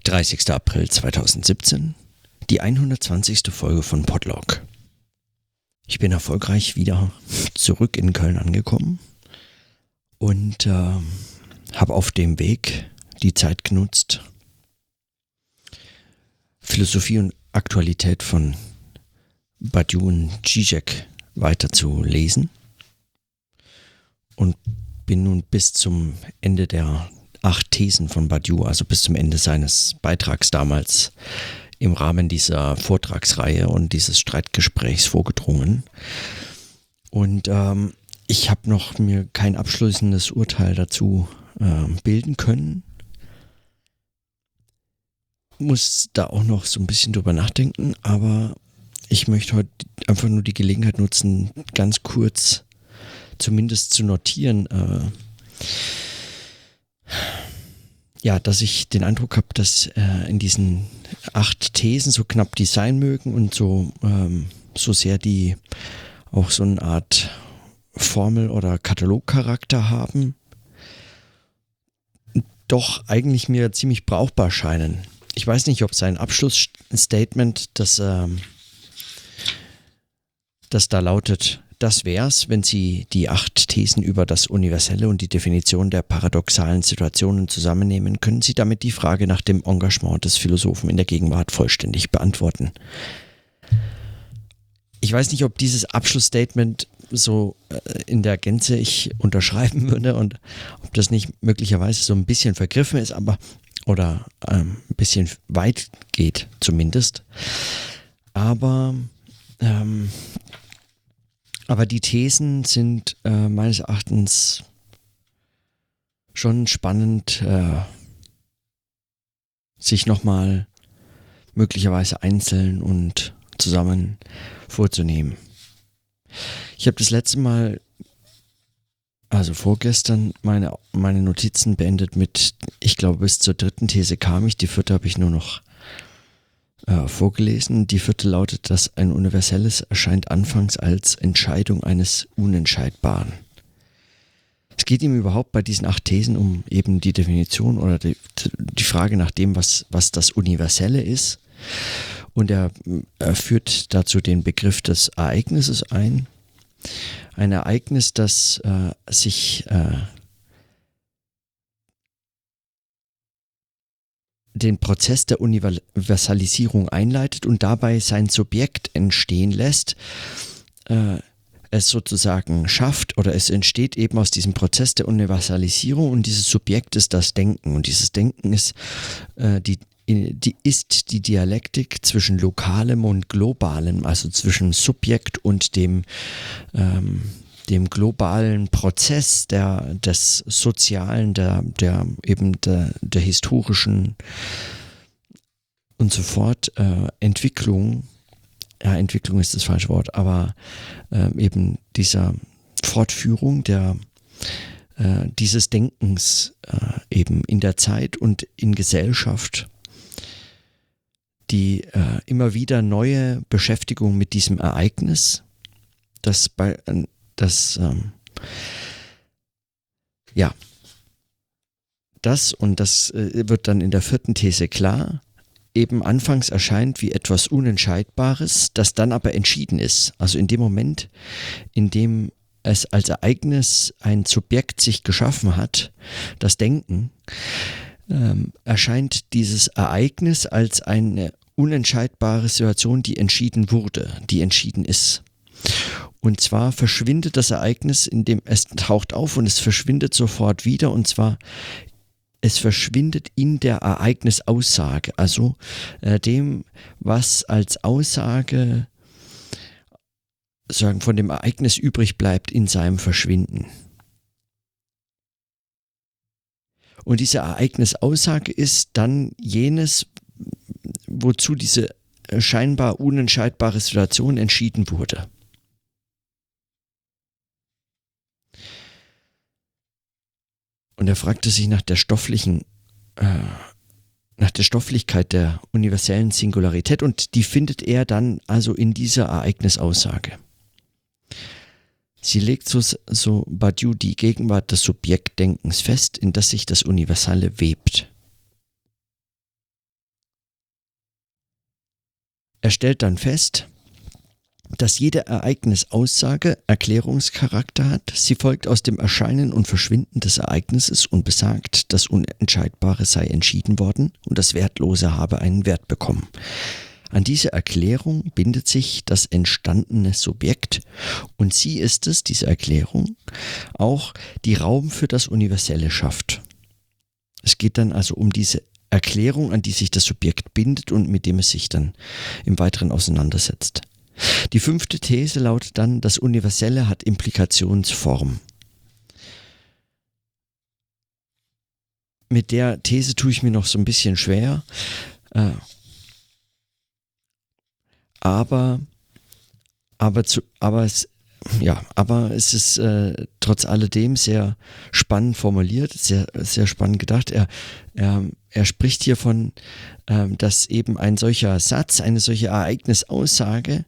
30. April 2017, die 120. Folge von Podlog. Ich bin erfolgreich wieder zurück in Köln angekommen und habe auf dem Weg die Zeit genutzt, Philosophie und Aktualität von Badiou und Zizek weiter zu lesen und bin nun bis zum Ende der 8 Thesen von Badiou, also bis zum Ende seines Beitrags damals im Rahmen dieser Vortragsreihe und dieses Streitgesprächs vorgedrungen. Und ich habe noch mir kein abschließendes Urteil dazu bilden können. Muss da auch noch so ein bisschen drüber nachdenken, aber ich möchte heute einfach nur die Gelegenheit nutzen, ganz kurz zumindest zu notieren, dass ich den Eindruck habe, dass in diesen 8 Thesen, so knapp die sein mögen und so sehr die auch so eine Art Formel- oder Katalogcharakter haben, doch eigentlich mir ziemlich brauchbar scheinen. Ich weiß nicht, ob sein Abschlussstatement, das da lautet: Das wär's, wenn Sie die 8 Thesen über das Universelle und die Definition der paradoxalen Situationen zusammennehmen, können Sie damit die Frage nach dem Engagement des Philosophen in der Gegenwart vollständig beantworten. Ich weiß nicht, ob dieses Abschlussstatement so in der Gänze ich unterschreiben würde und ob das nicht möglicherweise so ein bisschen vergriffen ist, oder ein bisschen weit geht zumindest. Aber die Thesen sind meines Erachtens schon spannend, sich nochmal möglicherweise einzeln und zusammen vorzunehmen. Ich habe das letzte Mal, also vorgestern, meine Notizen beendet mit, ich glaube, bis zur 3. These kam ich, die 4. habe ich nur noch vorgelesen. Die 4. lautet, dass ein Universelles erscheint anfangs als Entscheidung eines Unentscheidbaren. Es geht ihm überhaupt bei diesen 8 Thesen um eben die Definition oder die Frage nach dem, was das Universelle ist. Und er führt dazu den Begriff des Ereignisses ein. Ein Ereignis, das sich den Prozess der Universalisierung einleitet und dabei sein Subjekt entstehen lässt, es sozusagen schafft, oder es entsteht eben aus diesem Prozess der Universalisierung, und dieses Subjekt ist das Denken, und dieses Denken ist die Dialektik zwischen Lokalem und Globalem, also zwischen Subjekt und dem globalen Prozess des Sozialen, der historischen und so fort Entwicklung. Ja, Entwicklung ist das falsche Wort, aber eben dieser Fortführung dieses Denkens eben in der Zeit und in Gesellschaft, die immer wieder neue Beschäftigung mit diesem Ereignis, das wird dann in der 4. These klar, eben anfangs erscheint wie etwas Unentscheidbares, das dann aber entschieden ist. Also in dem Moment, in dem es als Ereignis ein Subjekt sich geschaffen hat, das Denken, erscheint dieses Ereignis als eine unentscheidbare Situation, die entschieden wurde, die entschieden ist. Und zwar verschwindet das Ereignis, indem es taucht auf und es verschwindet sofort wieder, und zwar es verschwindet in der Ereignisaussage, also dem, was als Aussage sagen, von dem Ereignis übrig bleibt in seinem Verschwinden. Und diese Ereignisaussage ist dann jenes, wozu diese scheinbar unentscheidbare Situation entschieden wurde. Und er fragte sich nach der Stofflichkeit der universellen Singularität, und die findet er dann also in dieser Ereignisaussage. Sie legt so Badiou die Gegenwart des Subjektdenkens fest, in das sich das Universelle webt. Er stellt dann fest, dass jede Ereignisaussage Erklärungscharakter hat. Sie folgt aus dem Erscheinen und Verschwinden des Ereignisses und besagt, das Unentscheidbare sei entschieden worden und das Wertlose habe einen Wert bekommen. An diese Erklärung bindet sich das entstandene Subjekt und sie ist es, diese Erklärung, auch die Raum für das Universelle schafft. Es geht dann also um diese Erklärung, an die sich das Subjekt bindet und mit dem es sich dann im Weiteren auseinandersetzt. Die 5. These lautet dann, das Universelle hat Implikationsform. Mit der These tue ich mir noch so ein bisschen schwer, aber es ist trotz alledem sehr spannend formuliert, sehr, sehr spannend gedacht. Er spricht hier von, dass eben ein solcher Satz, eine solche Ereignisaussage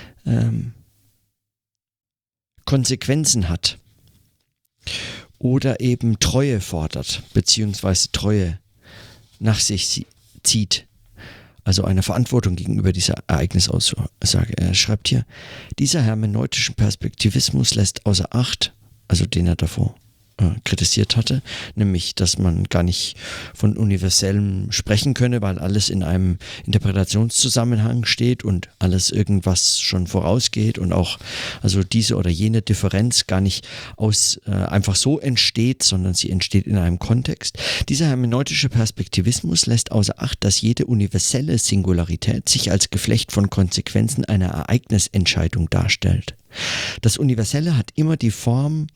Konsequenzen hat oder eben Treue fordert, beziehungsweise Treue nach sich zieht. Also eine Verantwortung gegenüber dieser Ereignisaussage. Er schreibt hier, dieser hermeneutischen Perspektivismus lässt außer Acht, also den er davor kritisiert hatte, nämlich, dass man gar nicht von Universellem sprechen könne, weil alles in einem Interpretationszusammenhang steht und alles irgendwas schon vorausgeht und auch also diese oder jene Differenz gar nicht einfach so entsteht, sondern sie entsteht in einem Kontext. Dieser hermeneutische Perspektivismus lässt außer Acht, dass jede universelle Singularität sich als Geflecht von Konsequenzen einer Ereignisentscheidung darstellt. Das Universelle hat immer die Form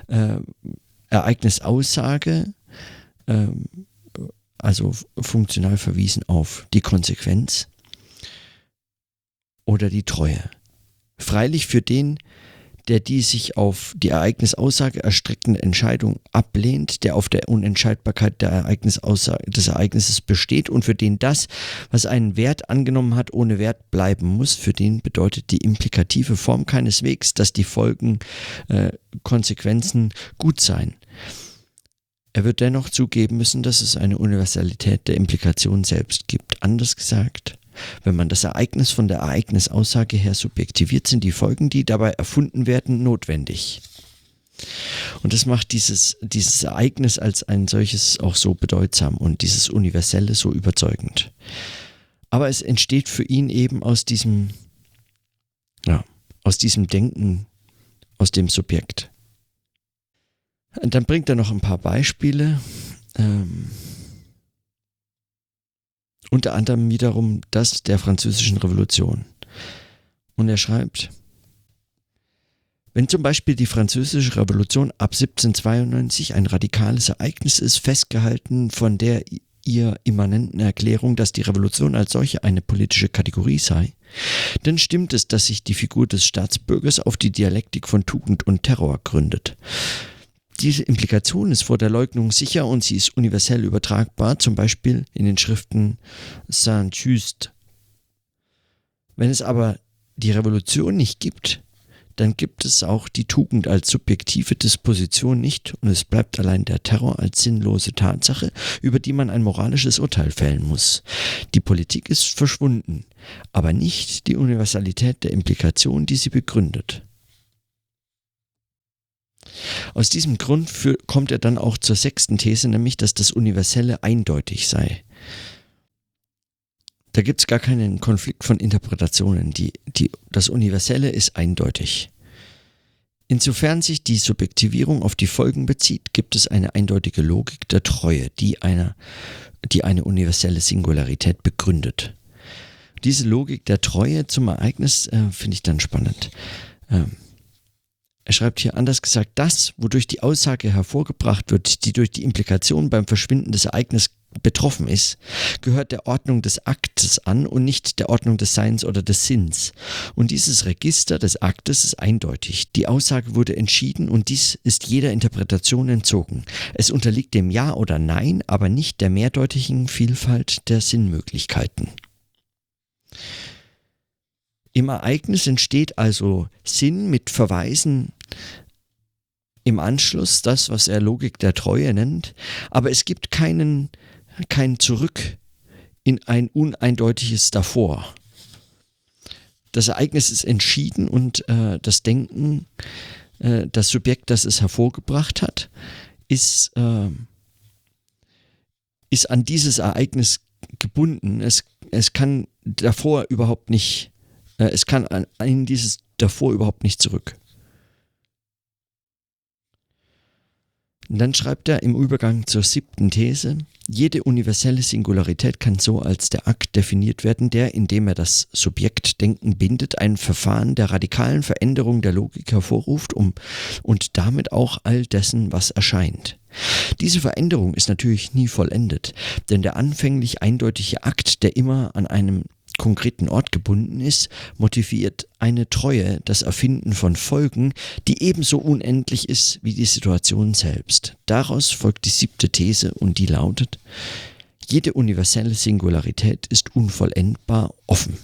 Ereignisaussage, also funktional verwiesen auf die Konsequenz oder die Treue. Freilich für den, der die sich auf die Ereignisaussage erstreckende Entscheidung ablehnt, der auf der Unentscheidbarkeit des Ereignisses besteht und für den das, was einen Wert angenommen hat, ohne Wert bleiben muss, für den bedeutet die implikative Form keineswegs, dass die Folgen, Konsequenzen gut seien. Er wird dennoch zugeben müssen, dass es eine Universalität der Implikation selbst gibt. Anders gesagt, wenn man das Ereignis von der Ereignisaussage her subjektiviert, sind die Folgen, die dabei erfunden werden, notwendig. Und das macht dieses Ereignis als ein solches auch so bedeutsam und dieses Universelle so überzeugend. Aber es entsteht für ihn eben aus diesem Denken, aus dem Subjekt. Und dann bringt er noch ein paar Beispiele. Unter anderem wiederum das der Französischen Revolution. Und er schreibt, wenn zum Beispiel die Französische Revolution ab 1792 ein radikales Ereignis ist, festgehalten von der ihr immanenten Erklärung, dass die Revolution als solche eine politische Kategorie sei, dann stimmt es, dass sich die Figur des Staatsbürgers auf die Dialektik von Tugend und Terror gründet. Diese Implikation ist vor der Leugnung sicher und sie ist universell übertragbar, zum Beispiel in den Schriften Saint-Just. Wenn es aber die Revolution nicht gibt, dann gibt es auch die Tugend als subjektive Disposition nicht und es bleibt allein der Terror als sinnlose Tatsache, über die man ein moralisches Urteil fällen muss. Die Politik ist verschwunden, aber nicht die Universalität der Implikation, die sie begründet. Aus diesem Grund kommt er dann auch zur 6. These, nämlich, dass das Universelle eindeutig sei. Da gibt es gar keinen Konflikt von Interpretationen. Das Universelle ist eindeutig. Insofern sich die Subjektivierung auf die Folgen bezieht, gibt es eine eindeutige Logik der Treue, die eine universelle Singularität begründet. Diese Logik der Treue zum Ereignis finde ich dann spannend. Er schreibt hier anders gesagt, das, wodurch die Aussage hervorgebracht wird, die durch die Implikation beim Verschwinden des Ereignisses betroffen ist, gehört der Ordnung des Aktes an und nicht der Ordnung des Seins oder des Sinns. Und dieses Register des Aktes ist eindeutig. Die Aussage wurde entschieden und dies ist jeder Interpretation entzogen. Es unterliegt dem Ja oder Nein, aber nicht der mehrdeutigen Vielfalt der Sinnmöglichkeiten. Im Ereignis entsteht also Sinn mit Verweisen im Anschluss, das, was er Logik der Treue nennt, aber es gibt kein Zurück in ein uneindeutiges Davor. das Ereignis ist entschieden und das Denken, das Subjekt, das es hervorgebracht hat, ist an dieses Ereignis gebunden. Es kann davor überhaupt nicht, es kann in dieses davor überhaupt nicht zurück. Und dann schreibt er im Übergang zur 7. These: Jede universelle Singularität kann so als der Akt definiert werden, der, indem er das Subjektdenken bindet, ein Verfahren der radikalen Veränderung der Logik hervorruft und damit auch all dessen, was erscheint. Diese Veränderung ist natürlich nie vollendet, denn der anfänglich eindeutige Akt, der immer an einem konkreten Ort gebunden ist, motiviert eine Treue, das Erfinden von Folgen, die ebenso unendlich ist wie die Situation selbst. Daraus folgt die 7. These und die lautet: Jede universelle Singularität ist unvollendbar offen.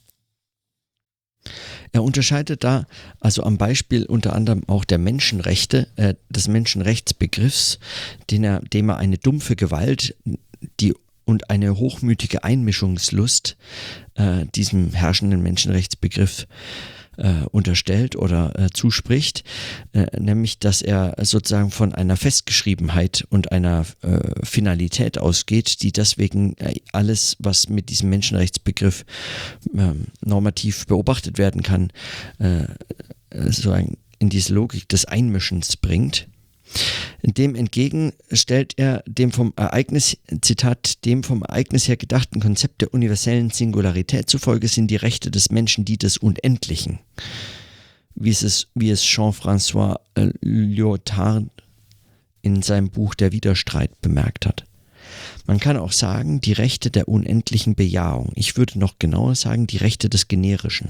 Er unterscheidet da also am Beispiel unter anderem auch der Menschenrechte, des Menschenrechtsbegriffs, dem er eine dumpfe Gewalt, und eine hochmütige Einmischungslust diesem herrschenden Menschenrechtsbegriff unterstellt oder zuspricht, nämlich dass er sozusagen von einer Festgeschriebenheit und einer Finalität ausgeht, die deswegen alles, was mit diesem Menschenrechtsbegriff normativ beobachtet werden kann, sozusagen in diese Logik des Einmischens bringt. Dem entgegen stellt er dem vom Ereignis, Zitat, dem vom Ereignis her gedachten Konzept der universellen Singularität zufolge sind die Rechte des Menschen die des Unendlichen, wie es Jean-François Lyotard in seinem Buch Der Widerstreit bemerkt hat. Man kann auch sagen, die Rechte der unendlichen Bejahung. Ich würde noch genauer sagen, die Rechte des Generischen.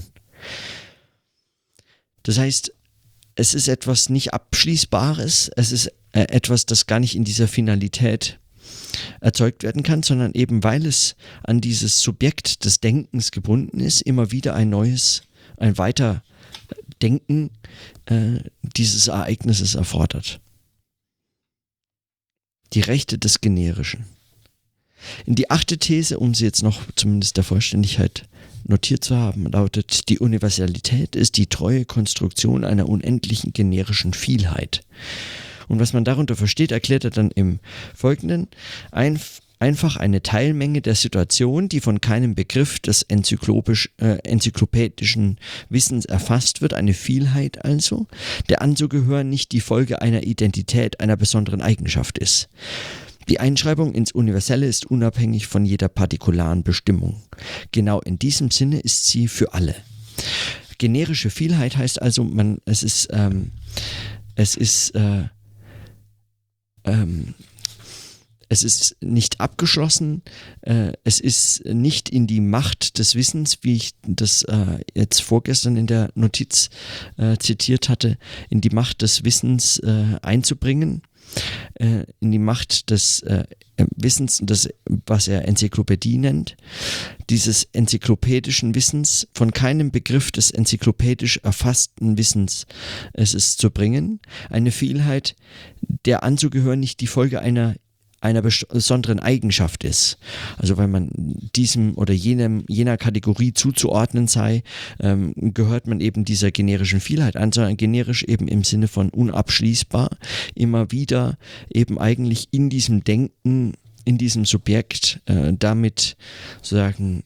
Das heißt, es ist etwas nicht Abschließbares, es ist etwas, das gar nicht in dieser Finalität erzeugt werden kann, sondern eben weil es an dieses Subjekt des Denkens gebunden ist, immer wieder ein Weiterdenken dieses Ereignisses erfordert. Die Rechte des Generischen. In die 8. These, um sie jetzt noch zumindest der Vollständigkeit notiert zu haben, lautet: Die Universalität ist die treue Konstruktion einer unendlichen generischen Vielheit. Und was man darunter versteht, erklärt er dann im Folgenden: Einfach eine Teilmenge der Situation, die von keinem Begriff des enzyklopädischen Wissens erfasst wird, eine Vielheit also, der anzugehören nicht die Folge einer Identität, einer besonderen Eigenschaft ist. Die Einschreibung ins Universelle ist unabhängig von jeder partikularen Bestimmung. Genau in diesem Sinne ist sie für alle. Generische Vielheit heißt also, es ist nicht abgeschlossen, es ist nicht in die Macht des Wissens, wie ich das jetzt vorgestern in der Notiz zitiert hatte, in die Macht des Wissens einzubringen, in die Macht des Wissens, das, was er Enzyklopädie nennt, dieses enzyklopädischen Wissens, von keinem Begriff des enzyklopädisch erfassten Wissens es ist zu bringen, eine Vielheit, der anzugehören nicht die Folge einer besonderen Eigenschaft ist. Also weil man diesem oder jener Kategorie zuzuordnen sei, gehört man eben dieser generischen Vielheit an, sondern generisch eben im Sinne von unabschließbar, immer wieder eben eigentlich in diesem Denken, in diesem Subjekt damit sozusagen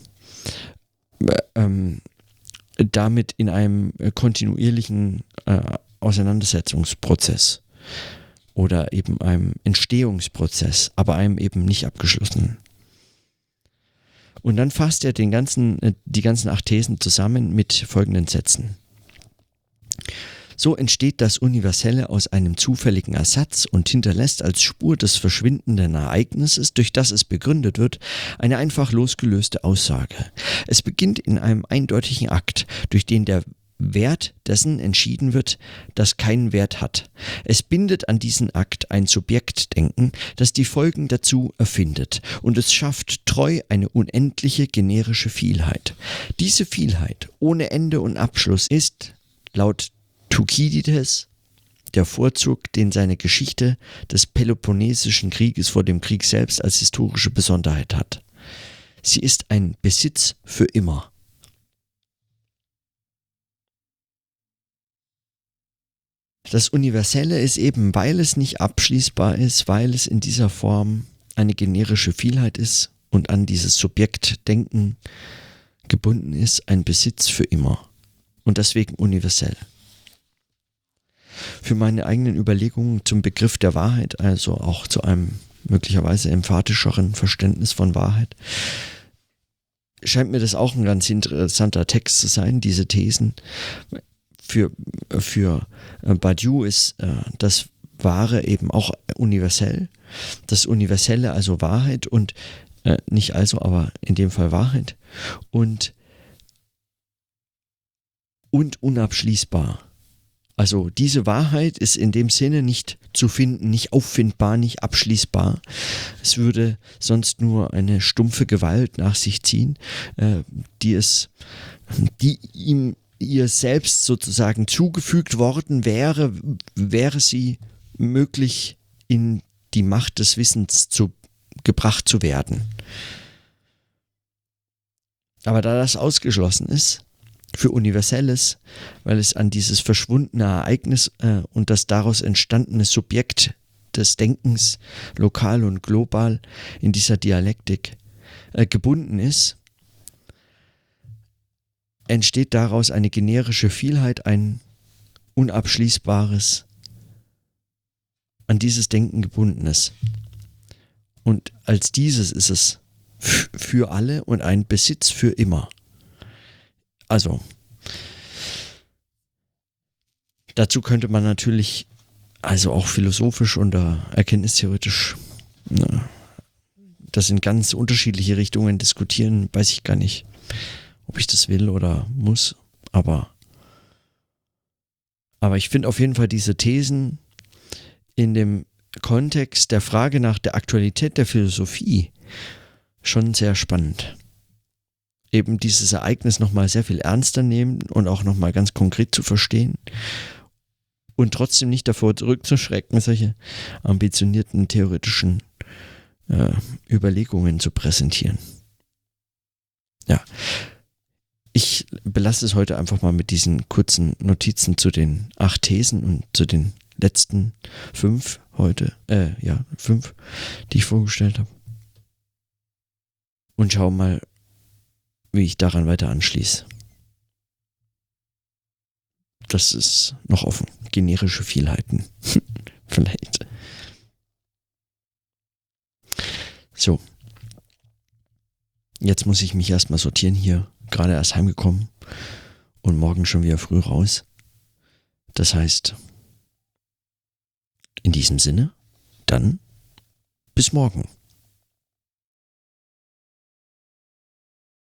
damit in einem kontinuierlichen Auseinandersetzungsprozess oder eben einem Entstehungsprozess, aber einem eben nicht abgeschlossenen. Und dann fasst er die ganzen 8 Thesen zusammen mit folgenden Sätzen. So entsteht das Universelle aus einem zufälligen Ersatz und hinterlässt als Spur des verschwindenden Ereignisses, durch das es begründet wird, eine einfach losgelöste Aussage. Es beginnt in einem eindeutigen Akt, durch den der Wert dessen entschieden wird, das keinen Wert hat. Es bindet an diesen Akt ein Subjektdenken, das die Folgen dazu erfindet, und es schafft treu eine unendliche generische Vielheit. Diese Vielheit ohne Ende und Abschluss ist, laut Thukydides, der Vorzug, den seine Geschichte des Peloponnesischen Krieges vor dem Krieg selbst als historische Besonderheit hat. Sie ist ein Besitz für immer. Das Universelle ist eben, weil es nicht abschließbar ist, weil es in dieser Form eine generische Vielheit ist und an dieses Subjektdenken gebunden ist, ein Besitz für immer und deswegen universell. Für meine eigenen Überlegungen zum Begriff der Wahrheit, also auch zu einem möglicherweise emphatischeren Verständnis von Wahrheit, scheint mir das auch ein ganz interessanter Text zu sein, diese Thesen. Für Badiou ist das Wahre eben auch universell. Das Universelle also Wahrheit und nicht also, aber in dem Fall Wahrheit und unabschließbar. Also diese Wahrheit ist in dem Sinne nicht zu finden, nicht auffindbar, nicht abschließbar. Es würde sonst nur eine stumpfe Gewalt nach sich ziehen, die ihm ihr selbst sozusagen zugefügt worden wäre, wäre sie möglich in die Macht des Wissens gebracht zu werden. Aber da das ausgeschlossen ist, für Universelles, weil es an dieses verschwundene Ereignis und das daraus entstandene Subjekt des Denkens lokal und global in dieser Dialektik gebunden ist, entsteht daraus eine generische Vielheit, ein unabschließbares, an dieses Denken gebundenes. Und als dieses ist es für alle und ein Besitz für immer. Also, dazu könnte man natürlich, also auch philosophisch und erkenntnistheoretisch, das in ganz unterschiedliche Richtungen diskutieren, weiß ich gar nicht, ob ich das will oder muss, aber ich finde auf jeden Fall diese Thesen in dem Kontext der Frage nach der Aktualität der Philosophie schon sehr spannend. Eben dieses Ereignis nochmal sehr viel ernster nehmen und auch nochmal ganz konkret zu verstehen und trotzdem nicht davor zurückzuschrecken, solche ambitionierten theoretischen Überlegungen zu präsentieren. Ja, ich belasse es heute einfach mal mit diesen kurzen Notizen zu den 8 Thesen und zu den letzten 5 heute, 5, die ich vorgestellt habe. Und schau mal, wie ich daran weiter anschließe. Das ist noch offen. Generische Vielheiten. Vielleicht. So. Jetzt muss ich mich erstmal sortieren hier. Gerade erst heimgekommen. Und morgen schon wieder früh raus. Das heißt, in diesem Sinne, dann bis morgen.